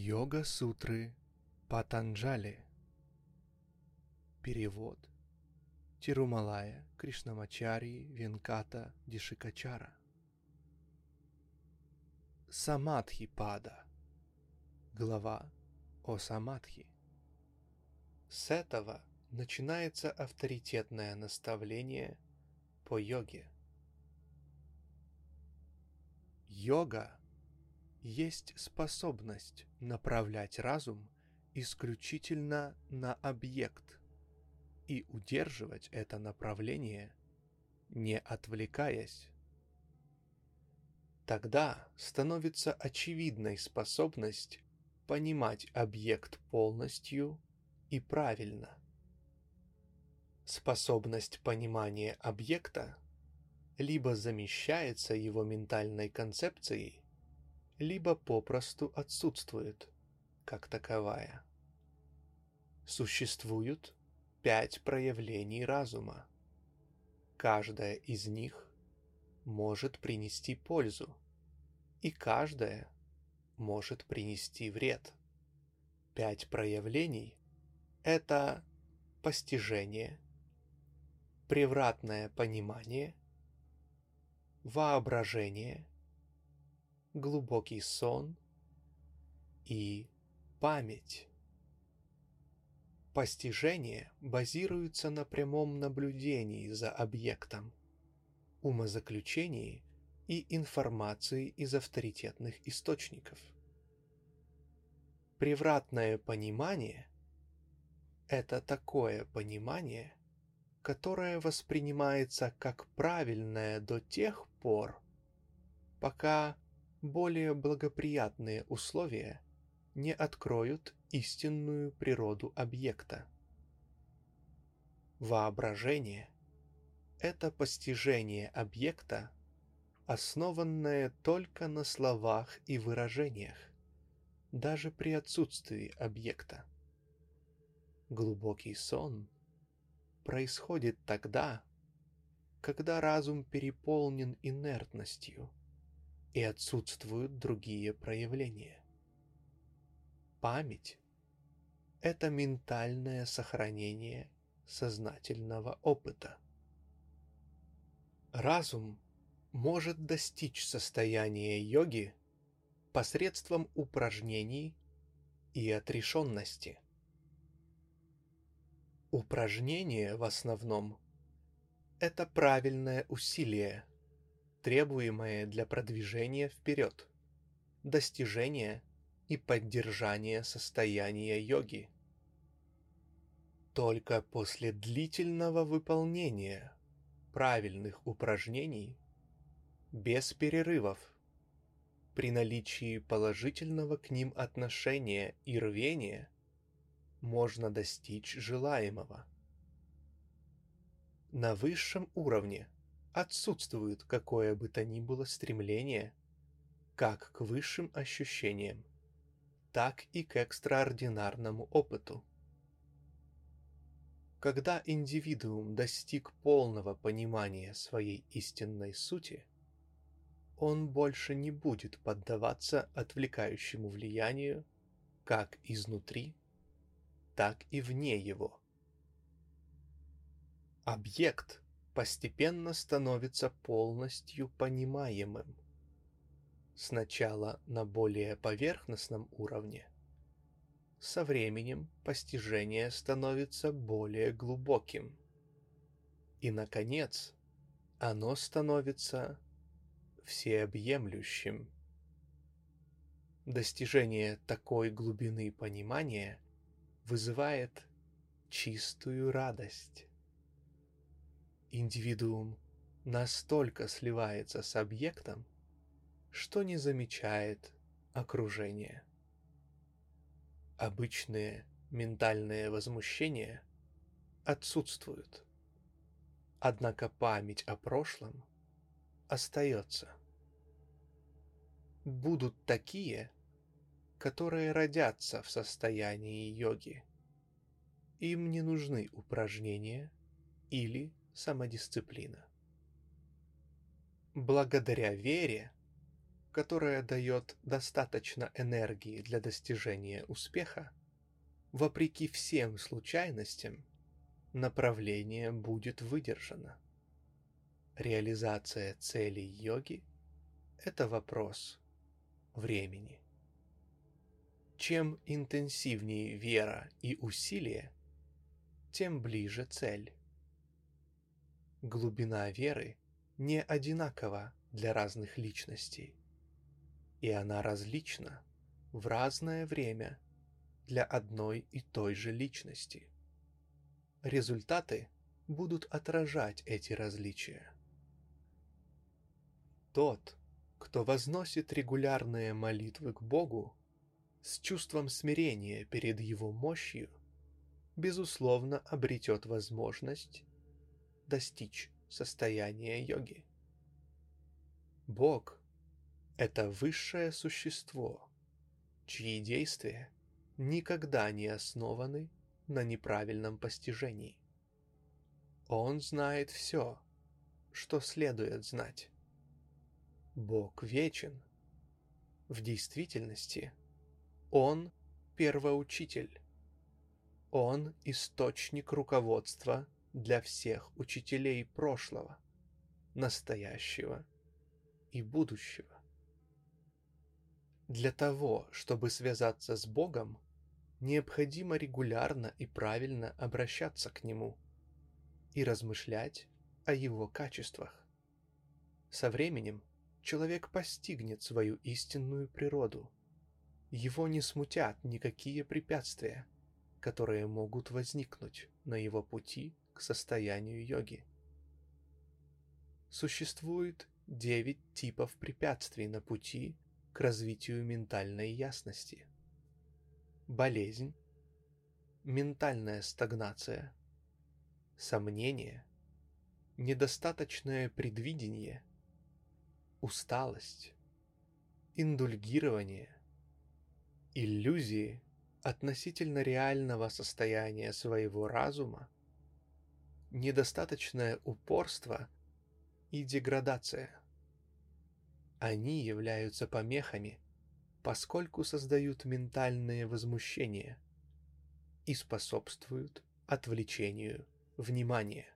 Йога-сутры Патанджали. Перевод Тирумалая Кришнамачарьи Венката Дишикачара. Самадхи-пада. Глава о самадхи. С этого начинается авторитетное наставление по йоге. Йога есть способность направлять разум исключительно на объект и удерживать это направление, не отвлекаясь. Тогда становится очевидной способность понимать объект полностью и правильно. Способность понимания объекта либо замещается его ментальной концепцией, либо попросту отсутствует, как таковая. Существуют 5 проявлений разума. Каждое из них может принести пользу, и каждое может принести вред. 5 проявлений — это постижение, превратное понимание, воображение, глубокий сон и память. Постижение базируется на прямом наблюдении за объектом, умозаключении и информации из авторитетных источников. Превратное понимание — это такое понимание, которое воспринимается как правильное до тех пор, пока более благоприятные условия не откроют истинную природу объекта. Воображение — это постижение объекта, основанное только на словах и выражениях, даже при отсутствии объекта. Глубокий сон происходит тогда, когда разум переполнен инертностью и отсутствуют другие проявления. Память — это ментальное сохранение сознательного опыта. Разум может достичь состояния йоги посредством упражнений и отрешенности. Упражнения в основном — это правильное усилие, требуемое для продвижения вперед, достижения и поддержания состояния йоги. Только после длительного выполнения правильных упражнений, без перерывов, при наличии положительного к ним отношения и рвения, можно достичь желаемого. На высшем уровне отсутствует какое бы то ни было стремление как к высшим ощущениям, так и к экстраординарному опыту. Когда индивидуум достиг полного понимания своей истинной сути, он больше не будет поддаваться отвлекающему влиянию как изнутри, так и вне его. Объект постепенно становится полностью понимаемым. Сначала на более поверхностном уровне. Со временем постижение становится более глубоким. И, наконец, оно становится всеобъемлющим. Достижение такой глубины понимания вызывает чистую радость. Индивидуум настолько сливается с объектом, что не замечает окружения. Обычные ментальные возмущения отсутствуют, однако память о прошлом остается. Будут такие, которые родятся в состоянии йоги. Им не нужны упражнения или самодисциплина. Благодаря вере, которая дает достаточно энергии для достижения успеха, вопреки всем случайностям, направление будет выдержано. Реализация целей йоги – это вопрос времени. Чем интенсивнее вера и усилие, тем ближе цель. Глубина веры не одинакова для разных личностей, и она различна в разное время для одной и той же личности. Результаты будут отражать эти различия. Тот, кто возносит регулярные молитвы к Богу с чувством смирения перед Его мощью, безусловно, обретет возможность достичь состояния йоги. Бог — это высшее существо, чьи действия никогда не основаны на неправильном постижении. Он знает все, что следует знать. Бог вечен. В действительности Он первоучитель. Он источник руководства для всех учителей прошлого, настоящего и будущего. Для того, чтобы связаться с Богом, необходимо регулярно и правильно обращаться к Нему и размышлять о Его качествах. Со временем человек постигнет свою истинную природу. Его не смутят никакие препятствия, которые могут возникнуть на его пути к состоянию йоги. Существует 9 типов препятствий на пути к развитию ментальной ясности. Болезнь, ментальная стагнация, сомнение, недостаточное предвидение, усталость, индульгирование, иллюзии относительно реального состояния своего разума, недостаточное упорство и деградация. Они являются помехами, поскольку создают ментальные возмущения и способствуют отвлечению внимания.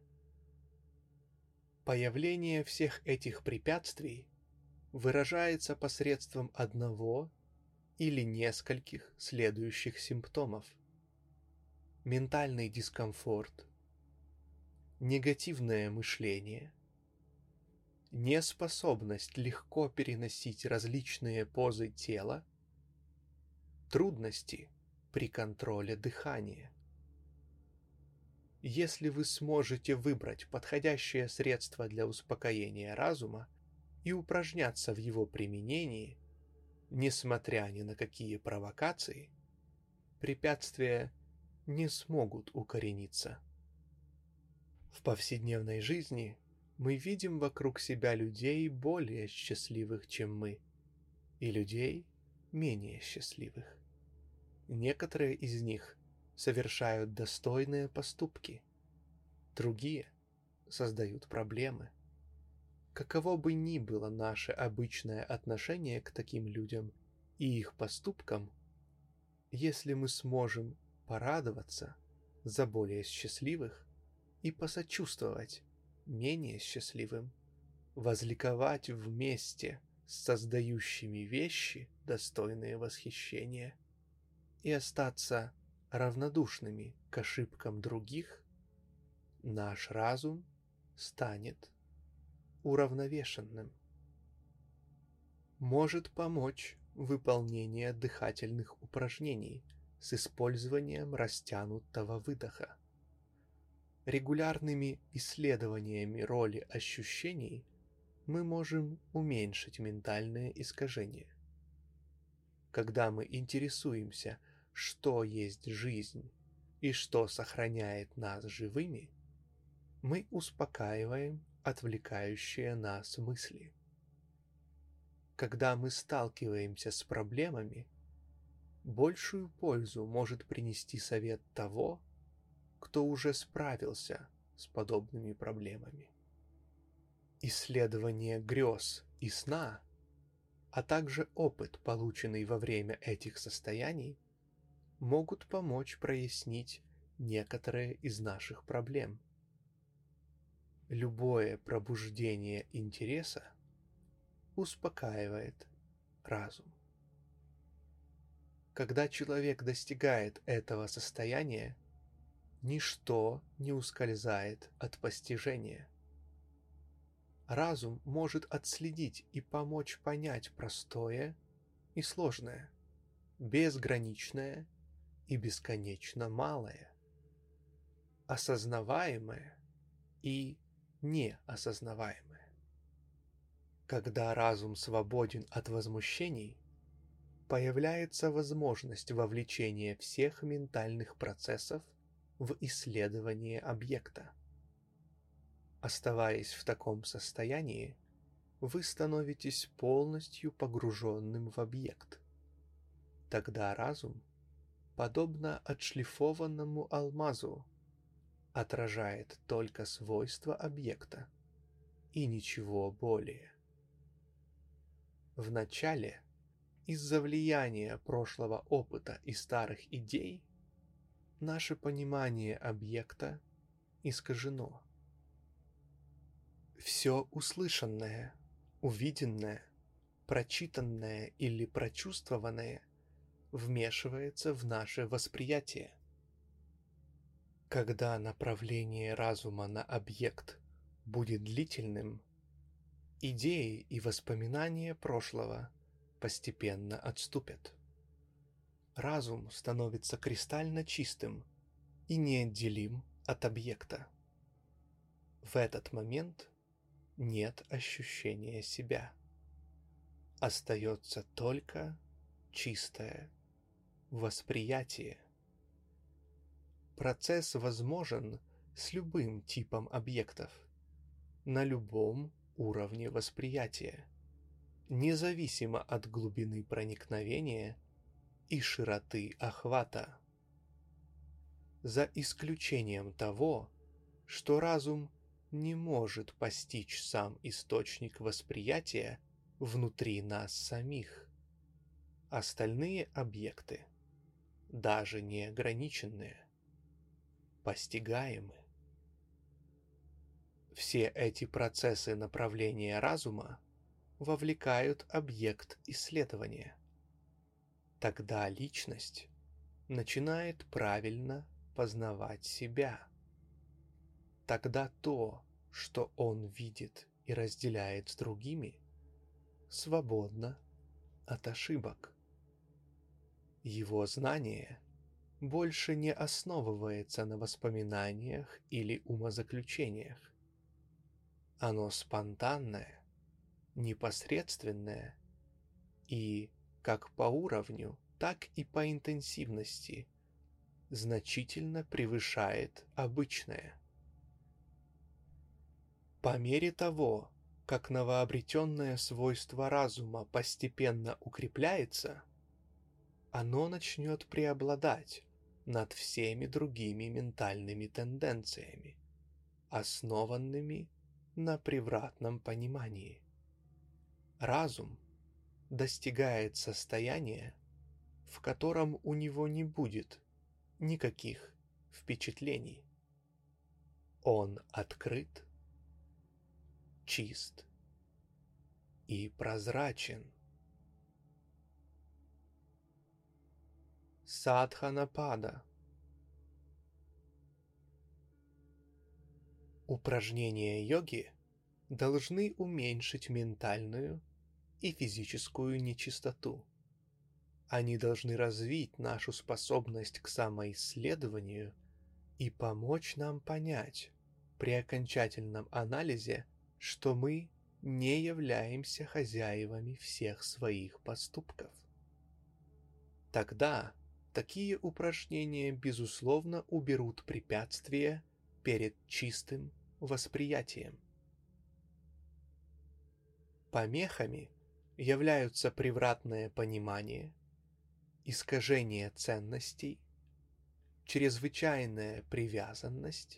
Появление всех этих препятствий выражается посредством одного или нескольких следующих симптомов: ментальный дискомфорт, негативное мышление, неспособность легко переносить различные позы тела, трудности при контроле дыхания. Если вы сможете выбрать подходящее средство для успокоения разума и упражняться в его применении, несмотря ни на какие провокации, препятствия не смогут укорениться. В повседневной жизни мы видим вокруг себя людей более счастливых, чем мы, и людей менее счастливых. Некоторые из них совершают достойные поступки, другие создают проблемы. Каково бы ни было наше обычное отношение к таким людям и их поступкам, если мы сможем порадоваться за более счастливых и посочувствовать менее счастливым, возликовать вместе с создающими вещи, достойные восхищения, и остаться равнодушными к ошибкам других, наш разум станет уравновешенным. Может помочь выполнение дыхательных упражнений с использованием растянутого выдоха. Регулярными исследованиями роли ощущений мы можем уменьшить ментальные искажения. Когда мы интересуемся, что есть жизнь и что сохраняет нас живыми, мы успокаиваем отвлекающие нас мысли. Когда мы сталкиваемся с проблемами, большую пользу может принести совет того, кто уже справился с подобными проблемами. Исследование грез и сна а также опыт, полученный во время этих состояний, могут помочь прояснить некоторые из наших проблем. Любое пробуждение интереса успокаивает разум. Когда человек достигает этого состояния, ничто не ускользает от постижения. Разум может отследить и помочь понять простое и сложное, безграничное и бесконечно малое, осознаваемое и неосознаваемое. Когда разум свободен от возмущений, появляется возможность вовлечения всех ментальных процессов в исследование объекта. Оставаясь в таком состоянии, вы становитесь полностью погруженным в объект. Тогда разум, подобно отшлифованному алмазу, отражает только свойства объекта и ничего более. Вначале, из-за влияния прошлого опыта и старых идей, наше понимание объекта искажено. Все услышанное, увиденное, прочитанное или прочувствованное вмешивается в наше восприятие. Когда направление разума на объект будет длительным, идеи и воспоминания прошлого постепенно отступят. Разум становится кристально чистым и неотделим от объекта. В этот момент нет ощущения себя. Остается только чистое восприятие. Процесс возможен с любым типом объектов, на любом уровне восприятия, независимо от глубины проникновения и широты охвата. За исключением того, что разум не может постичь сам источник восприятия внутри нас самих. Остальные объекты, даже неограниченные, постигаемы. Все эти процессы направления разума вовлекают объект исследования. Тогда личность начинает правильно познавать себя. Тогда то, что он видит и разделяет с другими, свободно от ошибок. Его знание больше не основывается на воспоминаниях или умозаключениях. Оно спонтанное, непосредственное и, как по уровню, так и по интенсивности, значительно превышает обычное. По мере того, как новообретенное свойство разума постепенно укрепляется, оно начнет преобладать над всеми другими ментальными тенденциями, основанными на превратном понимании. Разум достигает состояния, в котором у него не будет никаких впечатлений. Он открыт, чист и прозрачен. Садханапада. Упражнения йоги должны уменьшить ментальную и физическую нечистоту. Они должны развить нашу способность к самоисследованию и помочь нам понять при окончательном анализе, что мы не являемся хозяевами всех своих поступков. Тогда такие упражнения, безусловно, уберут препятствия перед чистым восприятием. Помехами являются превратное понимание, искажение ценностей, чрезвычайная привязанность,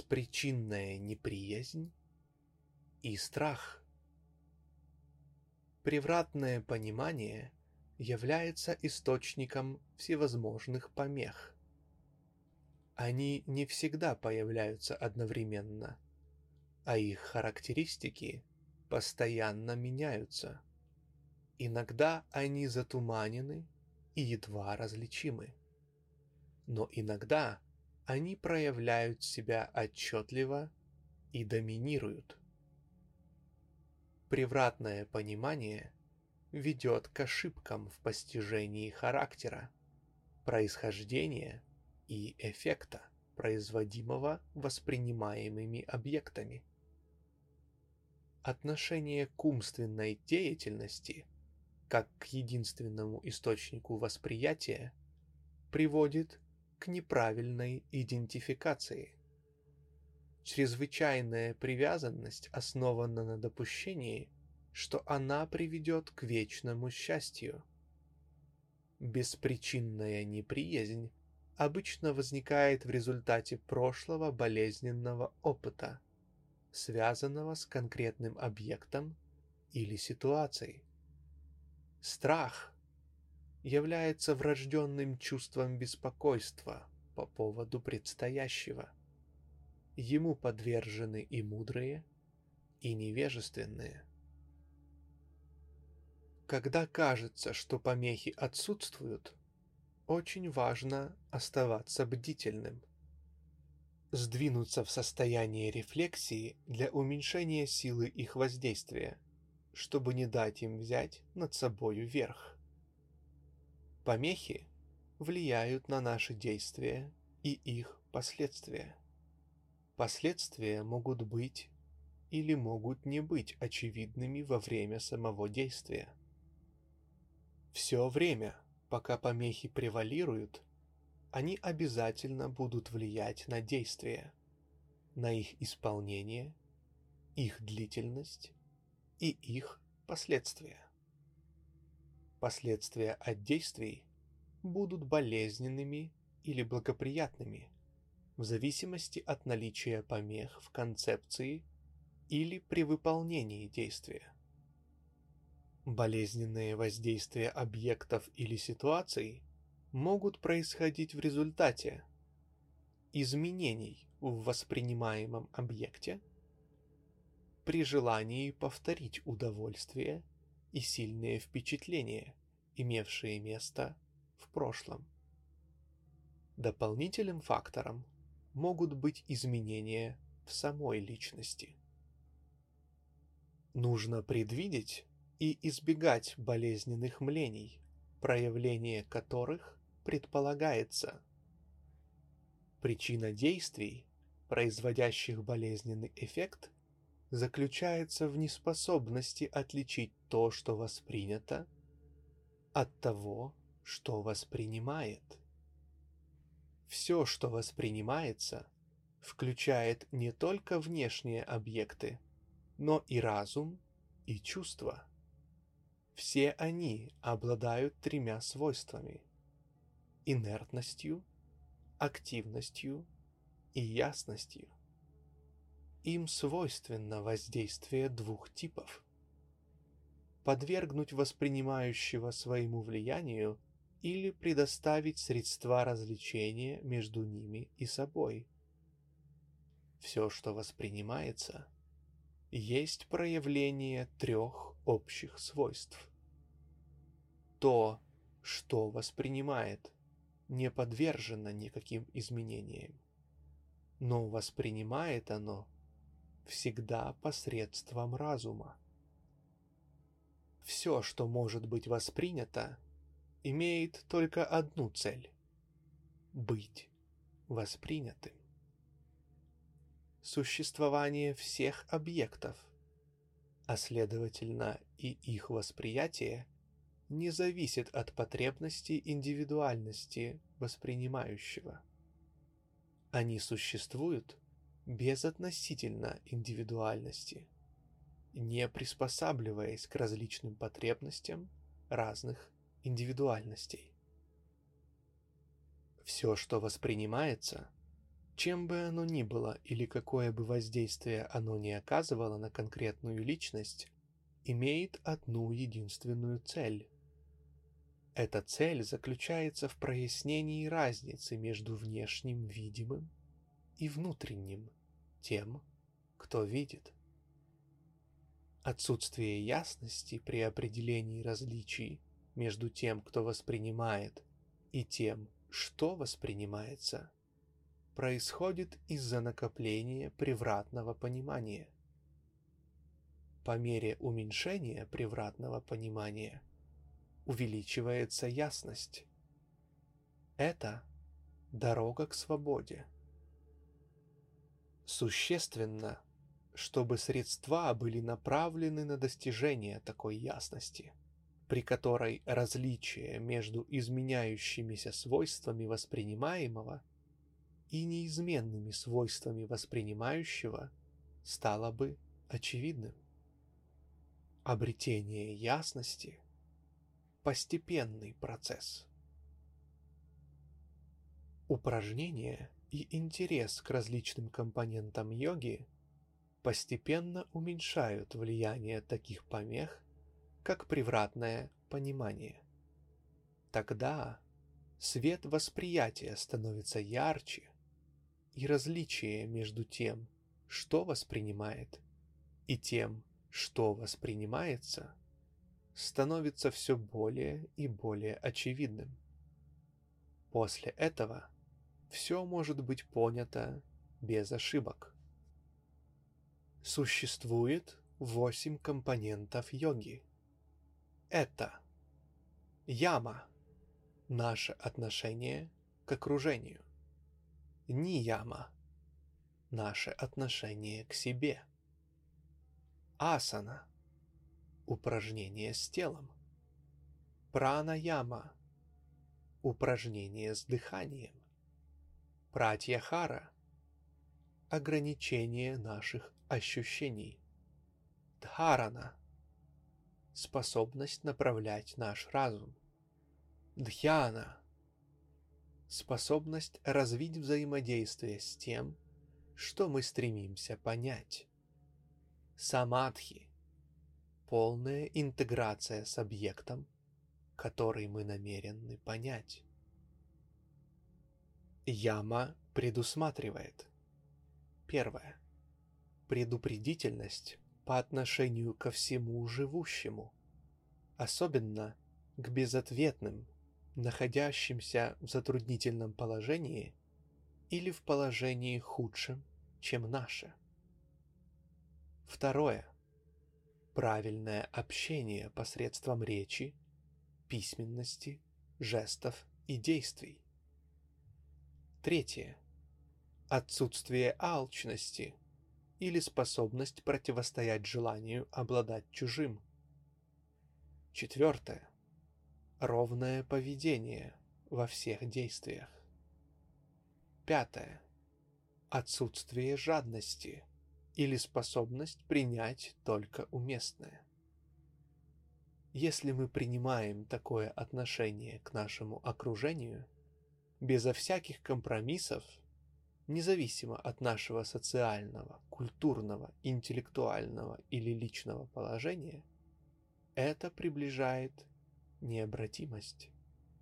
беспричинная неприязнь и страх. Превратное понимание является источником всевозможных помех. Они не всегда появляются одновременно, а их характеристики постоянно меняются. Иногда они затуманены и едва различимы, но иногда они проявляют себя отчетливо и доминируют. Превратное понимание ведет к ошибкам в постижении характера, происхождения и эффекта, производимого воспринимаемыми объектами. Отношение к умственной деятельности, как к единственному источнику восприятия, приводит к неправильной идентификации. Чрезвычайная привязанность основана на допущении, что она приведет к вечному счастью. Беспричинная неприязнь обычно возникает в результате прошлого болезненного опыта, связанного с конкретным объектом или ситуацией. Страх является врожденным чувством беспокойства по поводу предстоящего. Ему подвержены и мудрые, и невежественные. Когда кажется, что помехи отсутствуют, очень важно оставаться бдительным. Сдвинуться в состояние рефлексии для уменьшения силы их воздействия, чтобы не дать им взять над собою верх. Помехи влияют на наши действия и их последствия. Последствия могут быть или могут не быть очевидными во время самого действия. Все время, пока помехи превалируют, они обязательно будут влиять на действия, на их исполнение, их длительность и их последствия. Последствия от действий будут болезненными или благоприятными, в зависимости от наличия помех в концепции или при выполнении действия. Болезненные воздействия объектов или ситуаций могут происходить в результате изменений в воспринимаемом объекте, при желании повторить удовольствие и сильные впечатления, имевшие место в прошлом. Дополнительным фактором могут быть изменения в самой личности. Нужно предвидеть и избегать болезненных млений, проявление которых предполагается. Причина действий, производящих болезненный эффект, заключается в неспособности отличить то, что воспринято, от того, что воспринимает. Все, что воспринимается, включает не только внешние объекты, но и разум и чувства. Все они обладают тремя свойствами: инертностью, активностью и ясностью. Им свойственно воздействие двух типов: подвергнуть воспринимающего своему влиянию или предоставить средства развлечения между ними и собой. Все, что воспринимается, есть проявление трех общих свойств. То, что воспринимает, не подвержено никаким изменениям, но воспринимает оно всегда посредством разума. Все, что может быть воспринято, имеет только одну цель — быть воспринятым. Существование всех объектов, а следовательно и их восприятие, не зависит от потребностей индивидуальности воспринимающего. Они существуют безотносительно индивидуальности, не приспосабливаясь к различным потребностям разных индивидуальностей. Все, что воспринимается, чем бы оно ни было или какое бы воздействие оно ни оказывало на конкретную личность, имеет одну единственную цель. Эта цель заключается в прояснении разницы между внешним видимым и внутренним, тем, кто видит. Отсутствие ясности при определении различий между тем, кто воспринимает, и тем, что воспринимается, происходит из-за накопления превратного понимания. По мере уменьшения превратного понимания увеличивается ясность. Это дорога к свободе. Существенно, чтобы средства были направлены на достижение такой ясности, при которой различие между изменяющимися свойствами воспринимаемого и неизменными свойствами воспринимающего стало бы очевидным. Обретение ясности – постепенный процесс. Упражнения и интерес к различным компонентам йоги постепенно уменьшают влияние таких помех, как превратное понимание. Тогда свет восприятия становится ярче, и различие между тем, что воспринимает, и тем, что воспринимается, становится все более и более очевидным. После этого все может быть понято без ошибок. Существует 8 компонентов йоги. Это яма – наше отношение к окружению. Нияма – наше отношение к себе. Асана – упражнение с телом. Пранаяма – упражнение с дыханием. Пратьяхара – ограничение наших ощущений. Дхарана – способность направлять наш разум. Дхьяна – способность развить взаимодействие с тем, что мы стремимся понять. Самадхи – полная интеграция с объектом, который мы намерены понять. Яма предусматривает: первое. Предупредительность по отношению ко всему живущему, особенно к безответным, находящимся в затруднительном положении или в положении худшем, чем наше. Второе. Правильное общение посредством речи, письменности, жестов и действий. Третье. Отсутствие алчности или способность противостоять желанию обладать чужим. Четвертое. Ровное поведение во всех действиях. Пятое. Отсутствие жадности или способность принять только уместное. Если мы принимаем такое отношение к нашему окружению, безо всяких компромиссов, независимо от нашего социального, культурного, интеллектуального или личного положения, это приближает необратимость.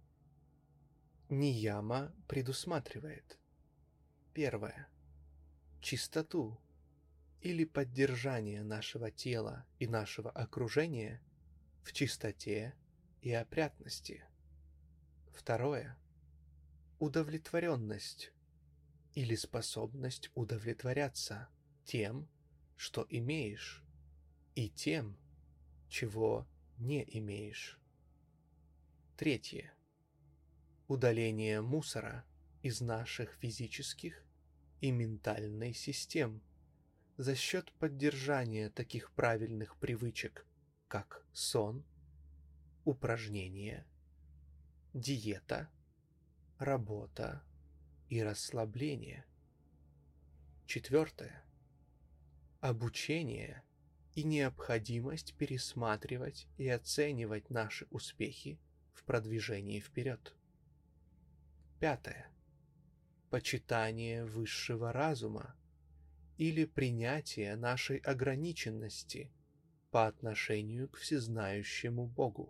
Нияма предусматривает: первое. Чистоту или поддержание нашего тела и нашего окружения в чистоте и опрятности. Второе. Удовлетворенность или способность удовлетворяться тем, что имеешь, и тем, чего не имеешь. Третье. Удаление мусора из наших физических и ментальной систем за счет поддержания таких правильных привычек, как сон, упражнения, диета, работа и расслабление. Четвертое. Обучение и необходимость пересматривать и оценивать наши успехи в продвижении вперед. Пятое. Почитание высшего разума или принятие нашей ограниченности по отношению к всезнающему Богу.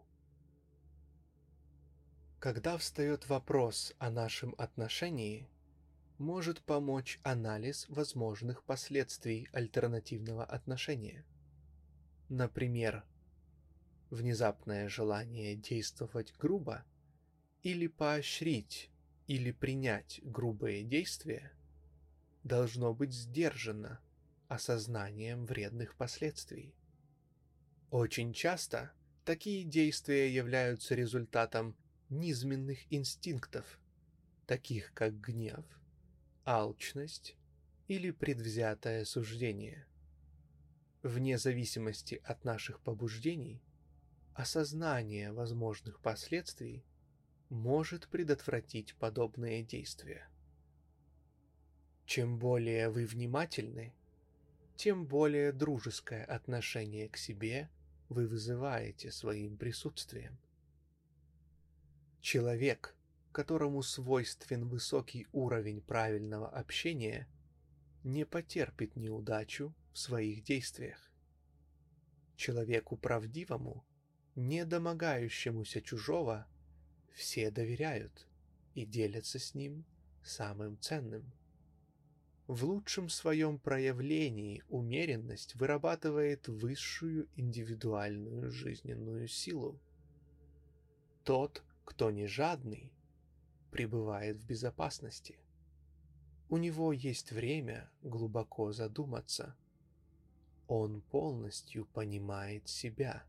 Когда встает вопрос о нашем отношении, может помочь анализ возможных последствий альтернативного отношения. Например, внезапное желание действовать грубо или поощрить или принять грубые действия должно быть сдержано осознанием вредных последствий. Очень часто такие действия являются результатом низменных инстинктов, таких как гнев, алчность или предвзятое суждение. Вне зависимости от наших побуждений, осознание возможных последствий может предотвратить подобные действия. Чем более вы внимательны, тем более дружеское отношение к себе вы вызываете своим присутствием. Человек, которому свойствен высокий уровень правильного общения, не потерпит неудачу в своих действиях. Человеку правдивому, не домогающемуся чужого, все доверяют и делятся с ним самым ценным. В лучшем своем проявлении умеренность вырабатывает высшую индивидуальную жизненную силу. Тот, кто не жадный, пребывает в безопасности. У него есть время глубоко задуматься. Он полностью понимает себя.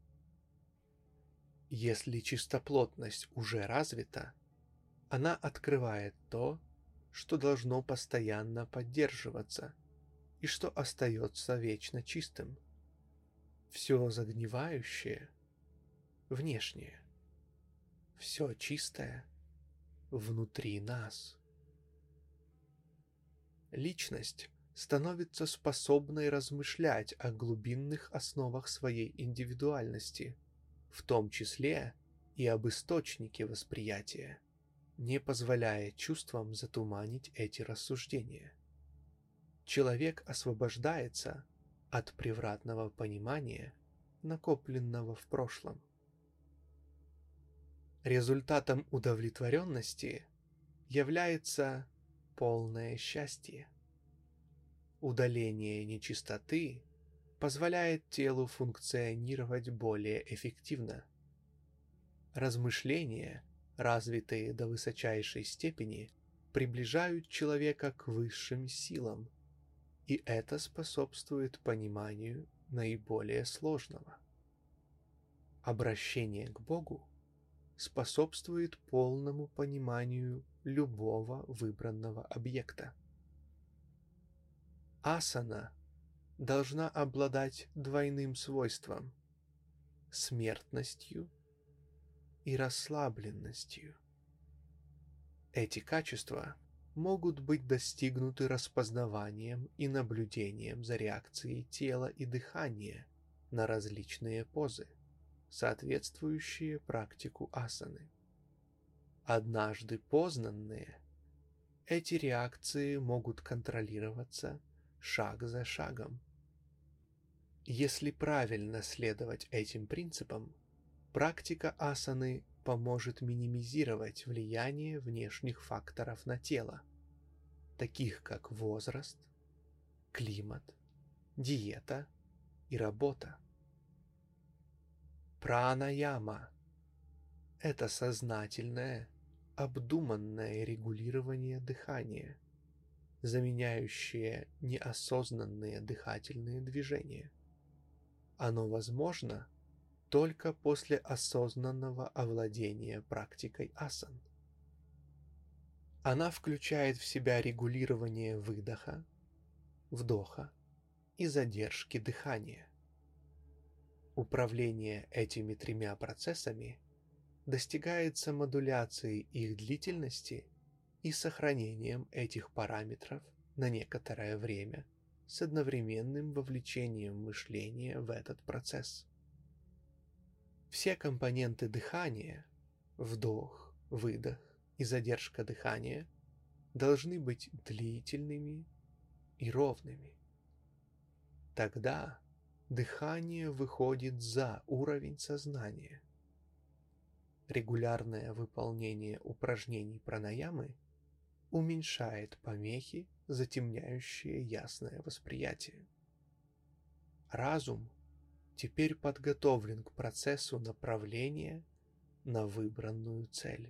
Если чистоплотность уже развита, она открывает то, что должно постоянно поддерживаться и что остается вечно чистым. Все загнивающее — внешнее. Все чистое — внутри нас. Личность становится способной размышлять о глубинных основах своей индивидуальности, в том числе и об источнике восприятия, не позволяя чувствам затуманить эти рассуждения. Человек освобождается от превратного понимания, накопленного в прошлом. Результатом удовлетворенности является полное счастье. Удаление нечистоты позволяет телу функционировать более эффективно. Размышления, развитые до высочайшей степени, приближают человека к высшим силам, и это способствует пониманию наиболее сложного. Обращение к Богу способствует полному пониманию любого выбранного объекта. Асана должна обладать двойным свойством — смертностью и расслабленностью. Эти качества могут быть достигнуты распознаванием и наблюдением за реакцией тела и дыхания на различные позы, соответствующие практику асаны. Однажды познанные, эти реакции могут контролироваться шаг за шагом. Если правильно следовать этим принципам, практика асаны поможет минимизировать влияние внешних факторов на тело, таких как возраст, климат, диета и работа. Пранаяма — это сознательное, обдуманное регулирование дыхания, заменяющее неосознанные дыхательные движения. Оно возможно только после осознанного овладения практикой асан. Она включает в себя регулирование выдоха, вдоха и задержки дыхания. Управление этими тремя процессами достигается модуляцией их длительности и сохранением этих параметров на некоторое время с одновременным вовлечением мышления в этот процесс. Все компоненты дыхания — вдох, выдох и задержка дыхания — должны быть длительными и ровными. Тогда дыхание выходит за уровень сознания. Регулярное выполнение упражнений пранаямы уменьшает помехи, затемняющие ясное восприятие. Разум теперь подготовлен к процессу направления на выбранную цель.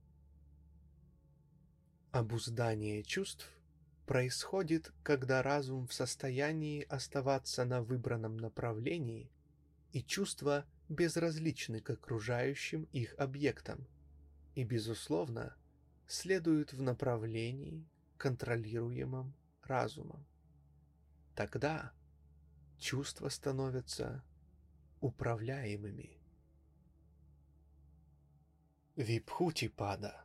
Обуздание чувств происходит, когда разум в состоянии оставаться на выбранном направлении, и чувства безразличны к окружающим их объектам и, безусловно, следуют в направлении, контролируемом разумом. Тогда чувства становятся управляемыми. Вибхутипада.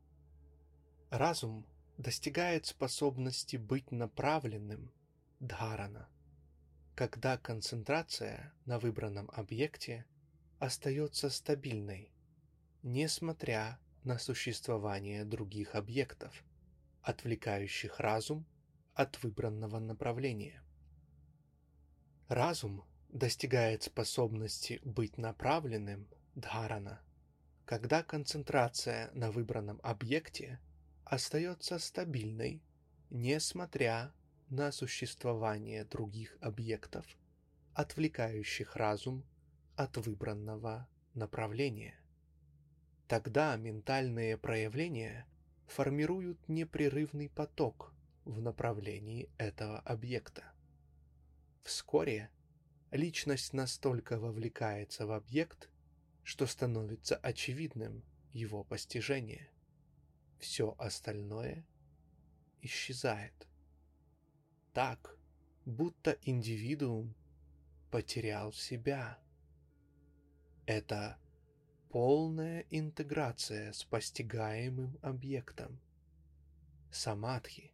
Разум достигает способности быть направленным, дхарана, когда концентрация на выбранном объекте остается стабильной, несмотря на существование других объектов, отвлекающих разум от выбранного направления. Разум достигает способности быть направленным, дхарана, когда концентрация на выбранном объекте остается стабильной, несмотря на существование других объектов, отвлекающих разум от выбранного направления. Тогда ментальные проявления формируют непрерывный поток в направлении этого объекта. Вскоре личность настолько вовлекается в объект, что становится очевидным его постижение. Все остальное исчезает. Так, будто индивидуум потерял себя. Это полная интеграция с постигаемым объектом. Самадхи.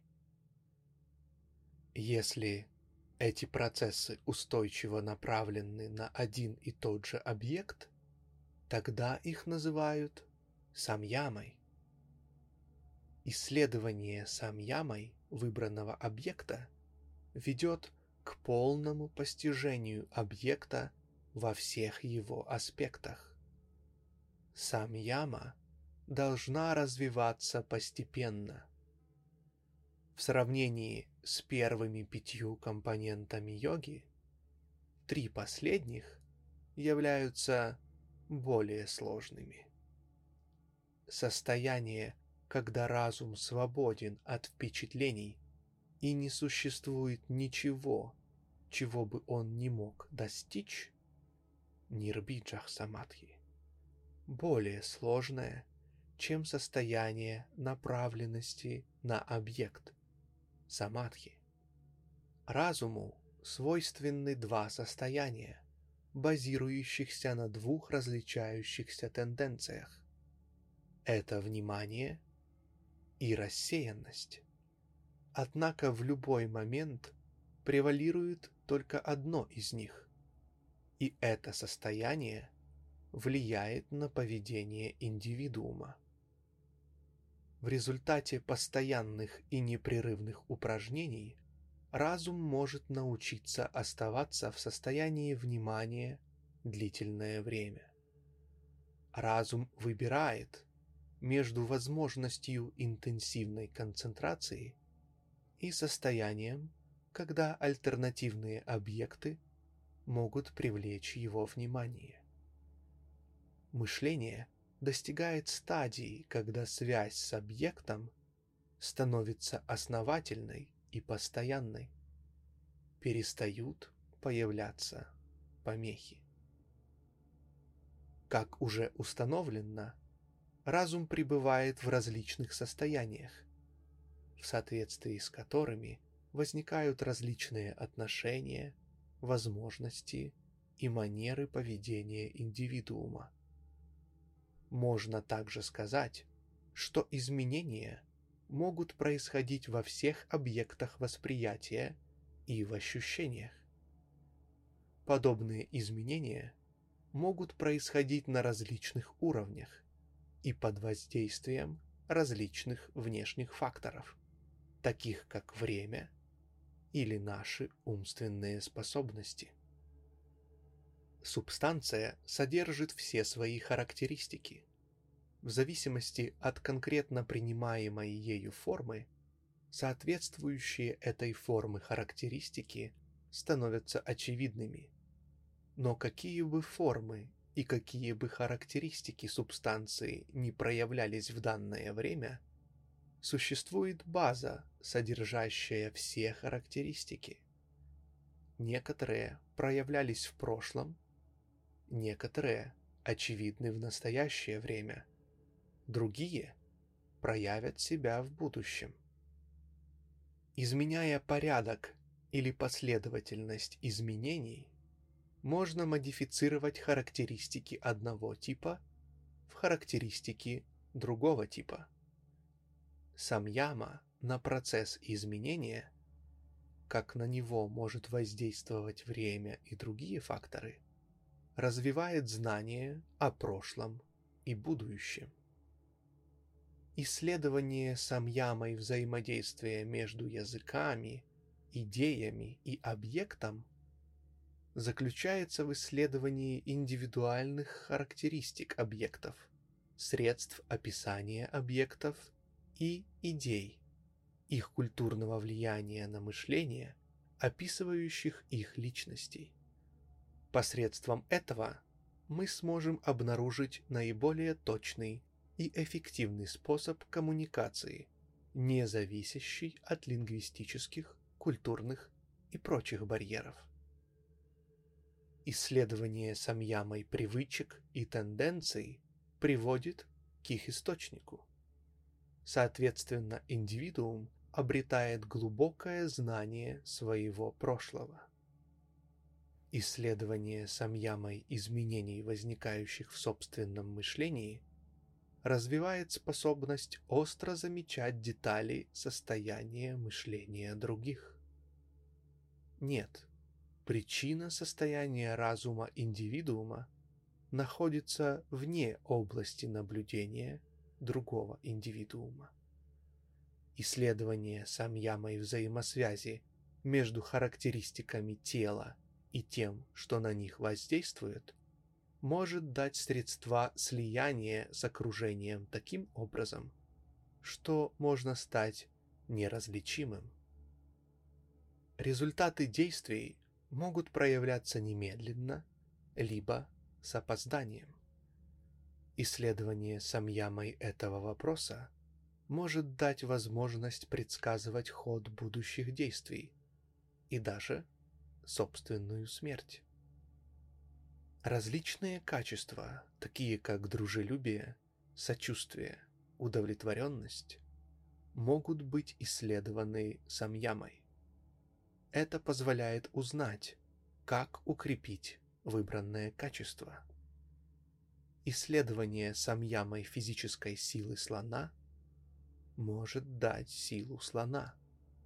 Если эти процессы устойчиво направлены на один и тот же объект, тогда их называют самьямой. Исследование самьямой выбранного объекта ведет к полному постижению объекта во всех его аспектах. Самьяма должна развиваться постепенно. В сравнении с первыми 5 компонентами йоги, 3 последних являются более сложными. Состояние, когда разум свободен от впечатлений и не существует ничего, чего бы он не мог достичь, нирбиджах самадхи, более сложное, чем состояние направленности на объект, самадхи. Разуму свойственны 2 состояния, базирующихся на 2 различающихся тенденциях. Это внимание и рассеянность. Однако в любой момент превалирует только одно из них, и это состояние влияет на поведение индивидуума. В результате постоянных и непрерывных упражнений разум может научиться оставаться в состоянии внимания длительное время. Разум выбирает между возможностью интенсивной концентрации и состоянием, когда альтернативные объекты могут привлечь его внимание. Мышление достигает стадии, когда связь с объектом становится основательной и постоянной. Перестают появляться помехи. Как уже установлено, разум пребывает в различных состояниях, в соответствии с которыми возникают различные отношения, возможности и манеры поведения индивидуума. Можно также сказать, что изменения могут происходить во всех объектах восприятия и в ощущениях. Подобные изменения могут происходить на различных уровнях и под воздействием различных внешних факторов, таких как время или наши умственные способности. Субстанция содержит все свои характеристики. В зависимости от конкретно принимаемой ею формы, соответствующие этой формы характеристики становятся очевидными. Но какие бы формы и какие бы характеристики субстанции не проявлялись в данное время, существует база, содержащая все характеристики. Некоторые проявлялись в прошлом, некоторые очевидны в настоящее время, другие проявят себя в будущем. Изменяя порядок или последовательность изменений, можно модифицировать характеристики одного типа в характеристики другого типа. Самьяма на процесс изменения, как на него может воздействовать время и другие факторы, развивает знание о прошлом и будущем. Исследование самьямой взаимодействия между языками, идеями и объектом заключается в исследовании индивидуальных характеристик объектов, средств описания объектов и идей, их культурного влияния на мышление, описывающих их личностей. Посредством этого мы сможем обнаружить наиболее точный и эффективный способ коммуникации, не зависящий от лингвистических, культурных и прочих барьеров. Исследование самьямой привычек и тенденций приводит к их источнику. Соответственно, индивидуум обретает глубокое знание своего прошлого. Исследование самьямой изменений, возникающих в собственном мышлении, развивает способность остро замечать детали состояния мышления других. Нет, причина состояния разума индивидуума находится вне области наблюдения другого индивидуума. Исследование самьямой взаимосвязи между характеристиками тела и тем, что на них воздействует, может дать средства слияния с окружением таким образом, что можно стать неразличимым. Результаты действий могут проявляться немедленно, либо с опозданием. Исследование самьямой этого вопроса может дать возможность предсказывать ход будущих действий и даже собственную смерть. Различные качества, такие как дружелюбие, сочувствие, удовлетворенность, могут быть исследованы самьямой. Это позволяет узнать, как укрепить выбранное качество. Исследование самьямой физической силы слона может дать силу слона.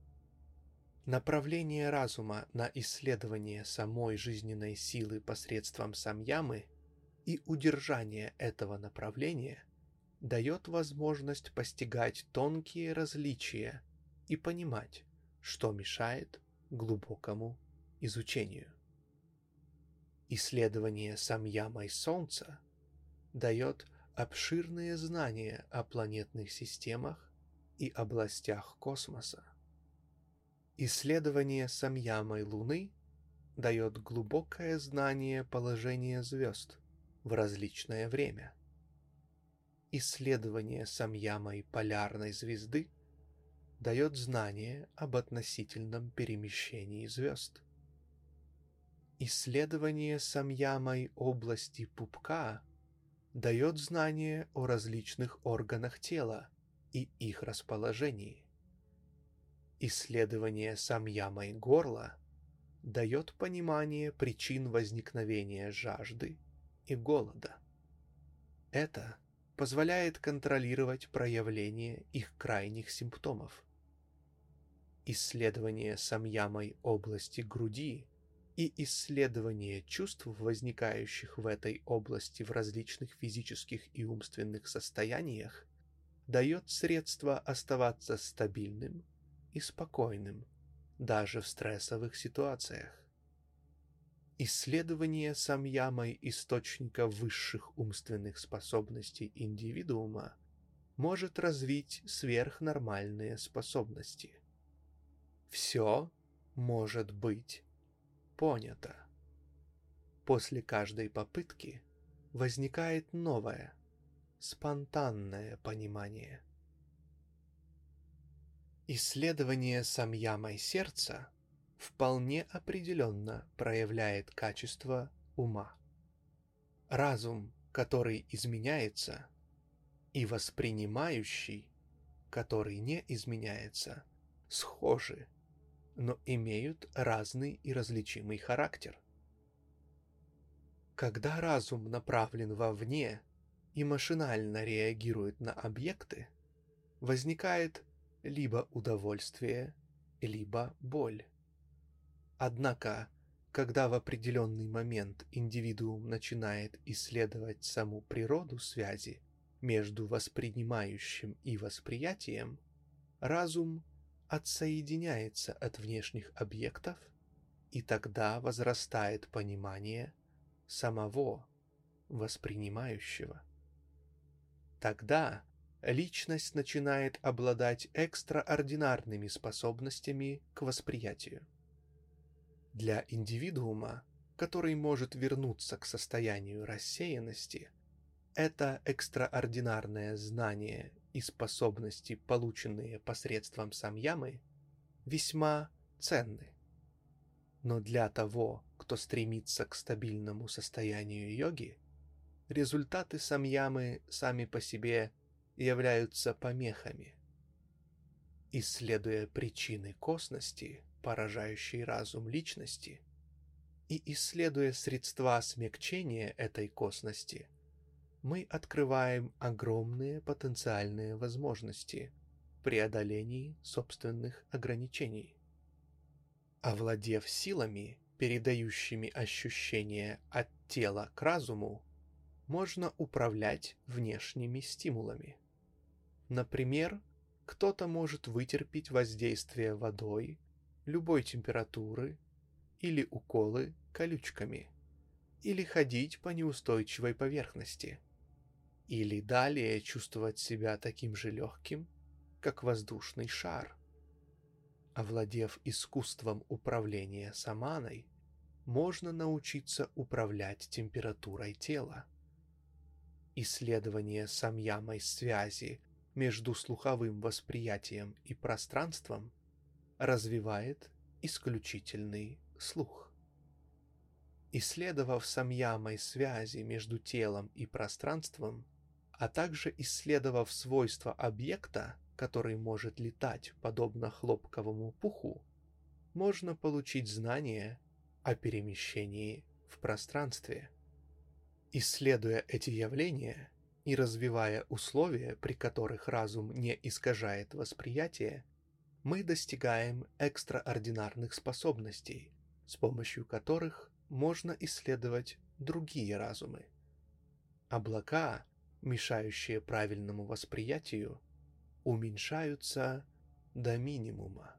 Направление разума на исследование самой жизненной силы посредством самьямы и удержание этого направления дает возможность постигать тонкие различия и понимать, что мешает глубокому изучению. Исследование самьямой Солнца дает обширные знания о планетных системах и областях космоса. Исследование самьямой Луны дает глубокое знание положения звезд в различное время. Исследование самьямой полярной звезды дает знание об относительном перемещении звезд. Исследование самьямой области пупка дает знание о различных органах тела и их расположении. Исследование самьямой горла дает понимание причин возникновения жажды и голода. Это позволяет контролировать проявление их крайних симптомов. Исследование самьямой области груди и исследование чувств, возникающих в этой области в различных физических и умственных состояниях, дает средства оставаться стабильным и спокойным, даже в стрессовых ситуациях. Исследование самьямой источника высших умственных способностей индивидуума может развить сверхнормальные способности. Все может быть понято. После каждой попытки возникает новое, спонтанное понимание. Исследование самьямой сердца вполне определенно проявляет качество ума. Разум, который изменяется, и воспринимающий, который не изменяется, схожи, но имеют разный и различимый характер. Когда разум направлен вовне и машинально реагирует на объекты, возникает либо удовольствие, либо боль. Однако, когда в определенный момент индивидуум начинает исследовать саму природу связи между воспринимающим и восприятием, разум отсоединяется от внешних объектов, и тогда возрастает понимание самого воспринимающего. Тогда личность начинает обладать экстраординарными способностями к восприятию. Для индивидуума, который может вернуться к состоянию рассеянности, это экстраординарное знание и способности, полученные посредством самьямы, весьма ценны. Но для того, кто стремится к стабильному состоянию йоги, результаты самьямы сами по себе являются помехами. Исследуя причины косности, поражающей разум личности, и исследуя средства смягчения этой косности, мы открываем огромные потенциальные возможности в преодолении собственных ограничений. Овладев силами, передающими ощущения от тела к разуму, можно управлять внешними стимулами. Например, кто-то может вытерпеть воздействие водой, любой температуры или уколы колючками, или ходить по неустойчивой поверхности, или далее чувствовать себя таким же легким, как воздушный шар. Овладев искусством управления саманой, можно научиться управлять температурой тела. Исследование самьямой связи между слуховым восприятием и пространством развивает исключительный слух. Исследовав самьямой связи между телом и пространством, а также исследовав свойства объекта, который может летать подобно хлопковому пуху, можно получить знание о перемещении в пространстве. Исследуя эти явления и развивая условия, при которых разум не искажает восприятие, мы достигаем экстраординарных способностей, с помощью которых можно исследовать другие разумы. Облака, мешающие правильному восприятию, уменьшаются до минимума.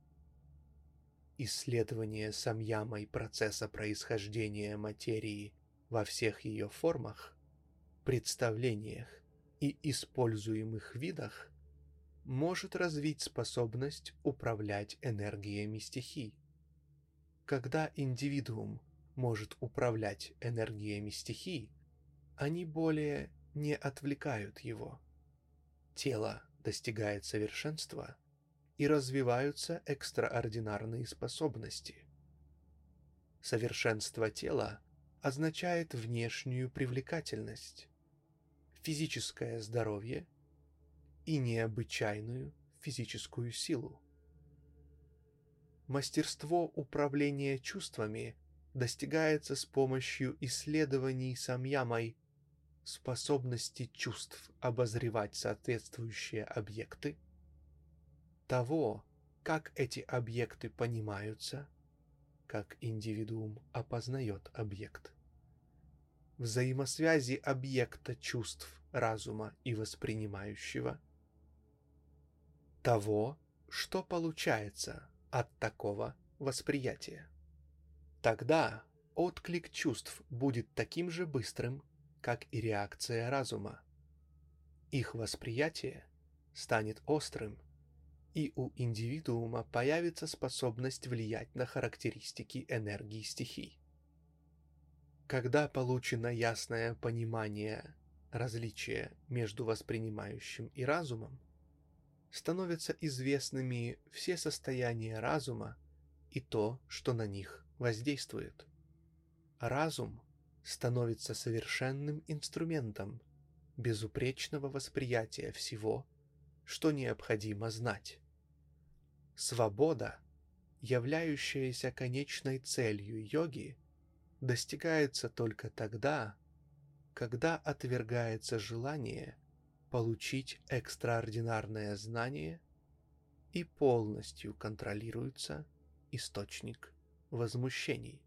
Исследование самьямой процесса происхождения материи во всех ее формах, представлениях и используемых видах может развить способность управлять энергиями стихий. Когда индивидуум может управлять энергиями стихий, они более не отвлекают его. Тело достигает совершенства, и развиваются экстраординарные способности. Совершенство тела означает внешнюю привлекательность, физическое здоровье и необычайную физическую силу. Мастерство управления чувствами достигается с помощью исследований самьямой, способности чувств обозревать соответствующие объекты, того, как эти объекты понимаются, как индивидуум опознает объект, взаимосвязи объекта чувств, разума и воспринимающего, того, что получается от такого восприятия. Тогда Отклик чувств будет таким же быстрым, как и реакция разума. Их восприятие станет острым, и у индивидуума появится способность влиять на характеристики энергии стихий. Когда получено ясное понимание различия между воспринимающим и разумом, становятся известными все состояния разума и то, что на них воздействует. Разум становится совершенным инструментом безупречного восприятия всего, что необходимо знать. Свобода, являющаяся конечной целью йоги, достигается только тогда, когда отвергается желание получить экстраординарное знание и полностью контролируется источник возмущений.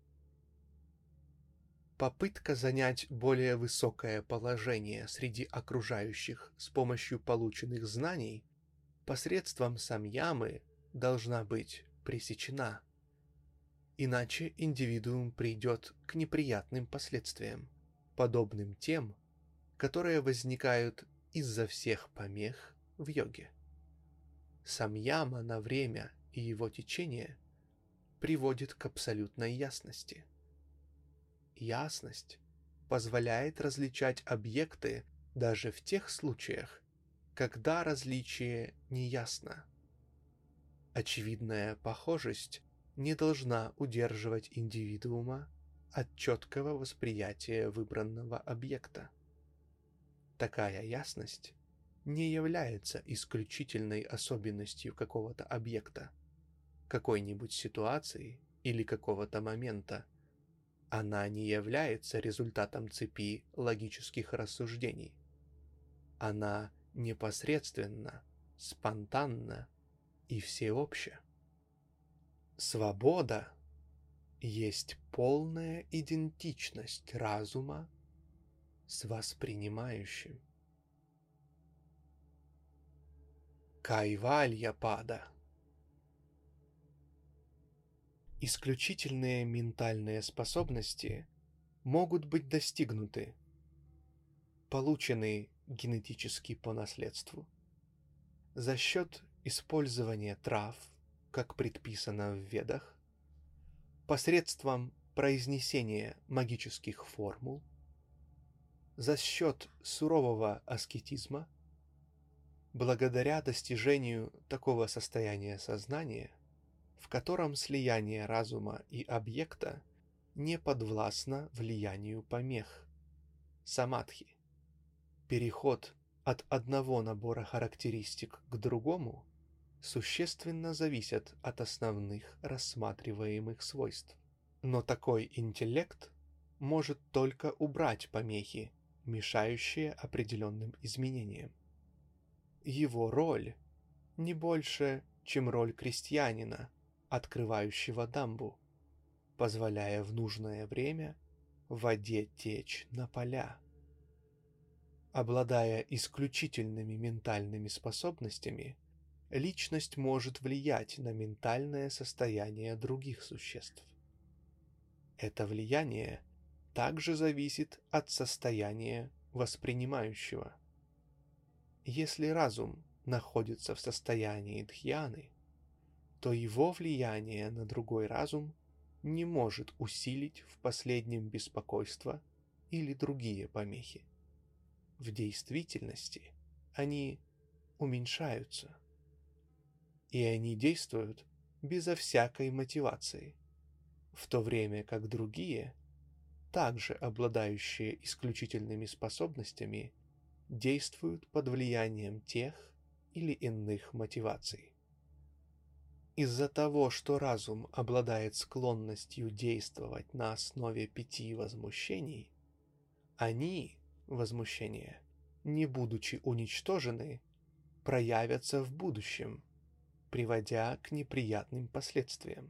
Попытка занять более высокое положение среди окружающих с помощью полученных знаний посредством самьямы должна быть пресечена. Иначе индивидуум придет к неприятным последствиям, подобным тем, которые возникают из-за всех помех в йоге. Самьяма на время и его течение приводит к абсолютной ясности. Ясность позволяет различать объекты даже в тех случаях, когда различие неясно. Очевидная похожесть не должна удерживать индивидуума от четкого восприятия выбранного объекта. Такая ясность не является исключительной особенностью какого-то объекта, какой-нибудь ситуации или какого-то момента. Она не является результатом цепи логических рассуждений. Она непосредственна, спонтанна и всеобща. Свобода есть полная идентичность разума с воспринимающим. Кайвальяпада. Исключительные ментальные способности могут быть достигнуты, получены генетически по наследству, за счет использования трав, как предписано в Ведах, посредством произнесения магических формул, за счет сурового аскетизма, благодаря достижению такого состояния сознания, в котором слияние разума и объекта не подвластно влиянию помех, самадхи. Переход от одного набора характеристик к другому существенно зависит от основных рассматриваемых свойств. Но такой интеллект может только убрать помехи, мешающие определенным изменениям. Его роль не больше, чем роль крестьянина, открывающего дамбу, позволяя в нужное время воде течь на поля. Обладая исключительными ментальными способностями, личность может влиять на ментальное состояние других существ. Это влияние также зависит от состояния воспринимающего. Если разум находится в состоянии дхьяны, то его влияние на другой разум не может усилить в последнем беспокойство или другие помехи. В действительности они уменьшаются, и они действуют безо всякой мотивации, в то время как другие, также обладающие исключительными способностями, действуют под влиянием тех или иных мотиваций. Из-за того, что разум обладает склонностью действовать на основе 5 возмущений, они, возмущения, не будучи уничтожены, проявятся в будущем, приводя к неприятным последствиям.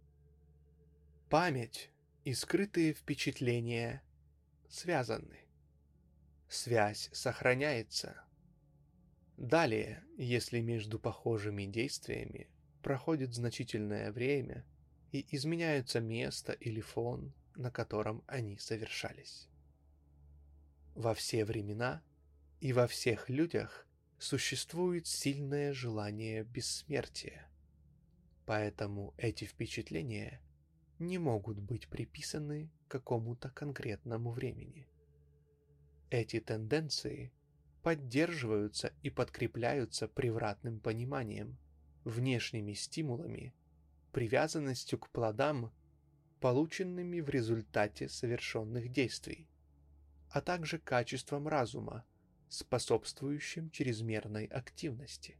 Память и скрытые впечатления связаны. Связь сохраняется. Далее, если между похожими действиями проходит значительное время и изменяются место или фон, на котором они совершались. Во все времена и во всех людях существует сильное желание бессмертия, поэтому эти впечатления не могут быть приписаны какому-то конкретному времени. Эти тенденции поддерживаются и подкрепляются превратным пониманием, внешними стимулами, привязанностью к плодам, полученными в результате совершенных действий, а также качеством разума, способствующим чрезмерной активности.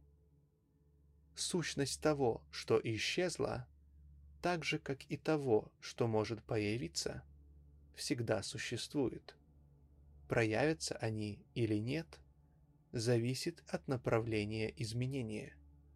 Сущность того, что исчезло, так же, как и того, что может появиться, всегда существует. Проявятся они или нет, зависит от направления изменения.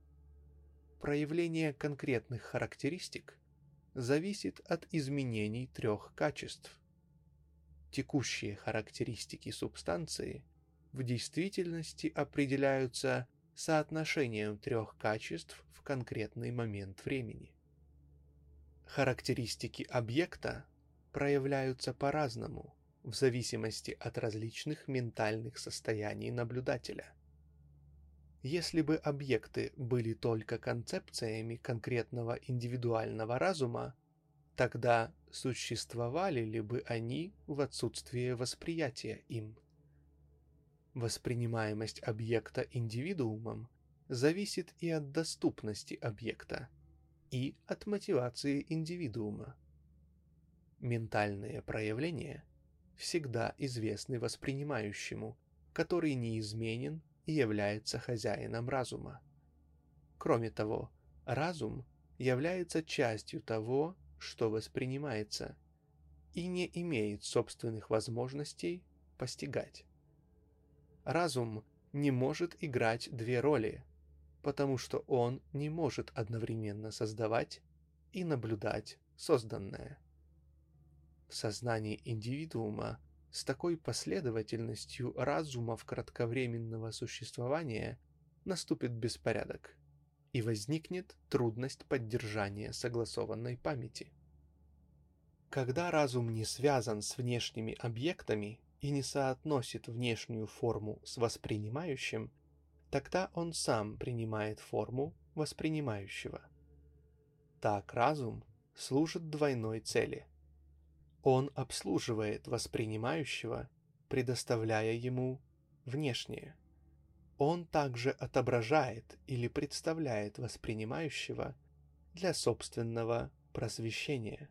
Проявление конкретных характеристик зависит от изменений трех качеств. Текущие характеристики субстанции в действительности определяются соотношением трех качеств в конкретный момент времени. Характеристики объекта проявляются по-разному в зависимости от различных ментальных состояний наблюдателя. Если бы объекты были только концепциями конкретного индивидуального разума, тогда существовали ли бы они в отсутствие восприятия им? Воспринимаемость объекта индивидуумом зависит и от доступности объекта, и от мотивации индивидуума. Ментальные проявления всегда известны воспринимающему, который неизменен и является хозяином разума. Кроме того, разум является частью того, что воспринимается, и не имеет собственных возможностей постигать. Разум не может играть две роли, потому что он не может одновременно создавать и наблюдать созданное. В сознании индивидуума с такой последовательностью разумов кратковременного существования наступит беспорядок, и возникнет трудность поддержания согласованной памяти. Когда разум не связан с внешними объектами и не соотносит внешнюю форму с воспринимающим, тогда он сам принимает форму воспринимающего. Так разум служит двойной цели. Он обслуживает воспринимающего, предоставляя ему внешнее. Он также отображает или представляет воспринимающего для собственного просвещения.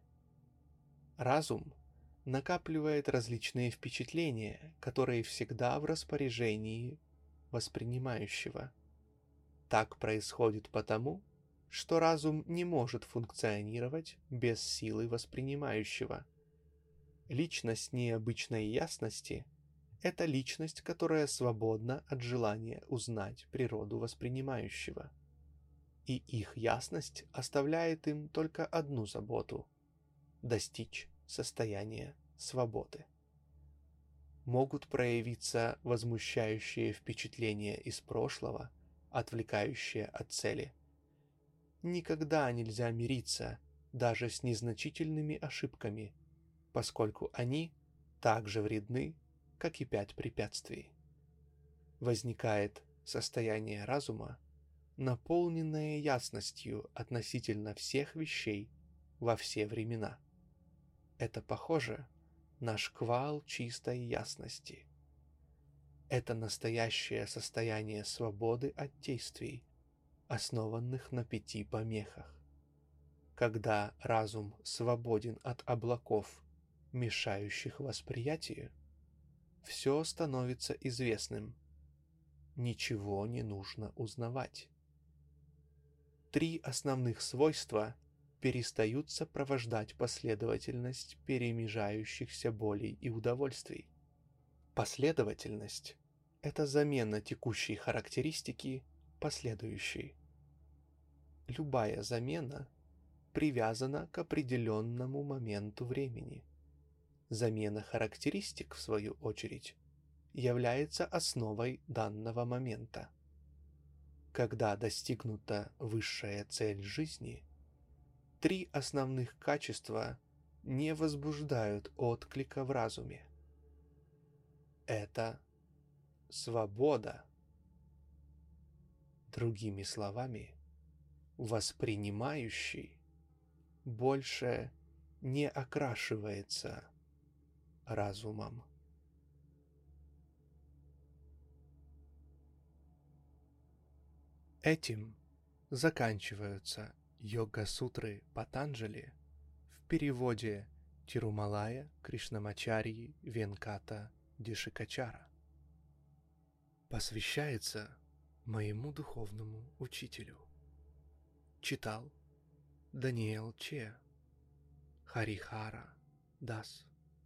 Разум накапливает различные впечатления, которые всегда в распоряжении воспринимающего. Так происходит потому, что разум не может функционировать без силы воспринимающего. Личность необычной ясности – это личность, которая свободна от желания узнать природу воспринимающего. И их ясность оставляет им только одну заботу – достичь состояния свободы. Могут проявиться возмущающие впечатления из прошлого, отвлекающие от цели. Никогда нельзя мириться даже с незначительными ошибками, поскольку они так же вредны, как и 5 препятствий. Возникает состояние разума, наполненное ясностью относительно всех вещей во все времена. Это похоже на шквал чистой ясности. Это настоящее состояние свободы от действий, основанных на 5 помехах. Когда разум свободен от облаков, мешающих восприятию, все становится известным. Ничего не нужно узнавать. 3 основных свойства перестают сопровождать последовательность перемежающихся болей и удовольствий. Последовательность – это замена текущей характеристики последующей. Любая замена привязана к определенному моменту времени. Замена характеристик, в свою очередь, является основой данного момента. Когда достигнута высшая цель жизни, 3 основных качества не возбуждают отклика в разуме. Это свобода. Другими словами, воспринимающий больше не окрашивается разумом. Этим заканчиваются йога-сутры Патанджали в переводе Тирумалая Кришнамачарьи Венката Дишикачара. Посвящается моему духовному учителю. Читал Даниэл Че, Харихара Дас.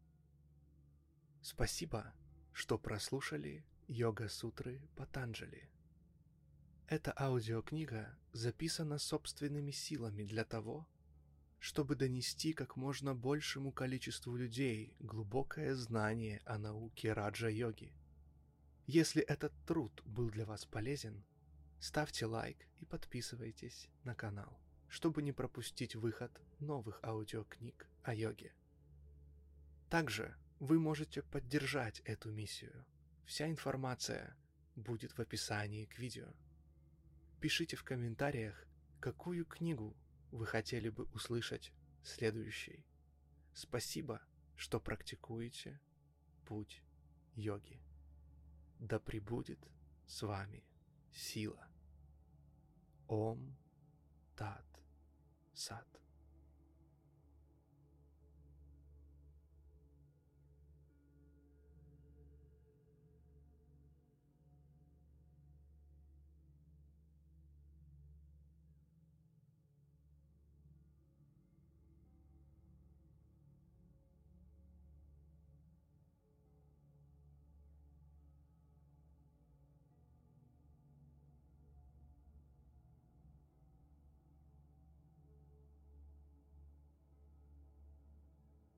Спасибо, что прослушали йога-сутры Патанджали. Эта аудиокнига записана собственными силами для того, чтобы донести как можно большему количеству людей глубокое знание о науке раджа-йоги. Если этот труд был для вас полезен, ставьте лайк и подписывайтесь на канал, чтобы не пропустить выход новых аудиокниг о йоге. Также вы можете поддержать эту миссию. Вся информация будет в описании к видео. Пишите в комментариях, какую книгу вы хотели бы услышать следующей. Спасибо, что практикуете путь йоги. Да пребудет с вами сила. Ом Тат Сат.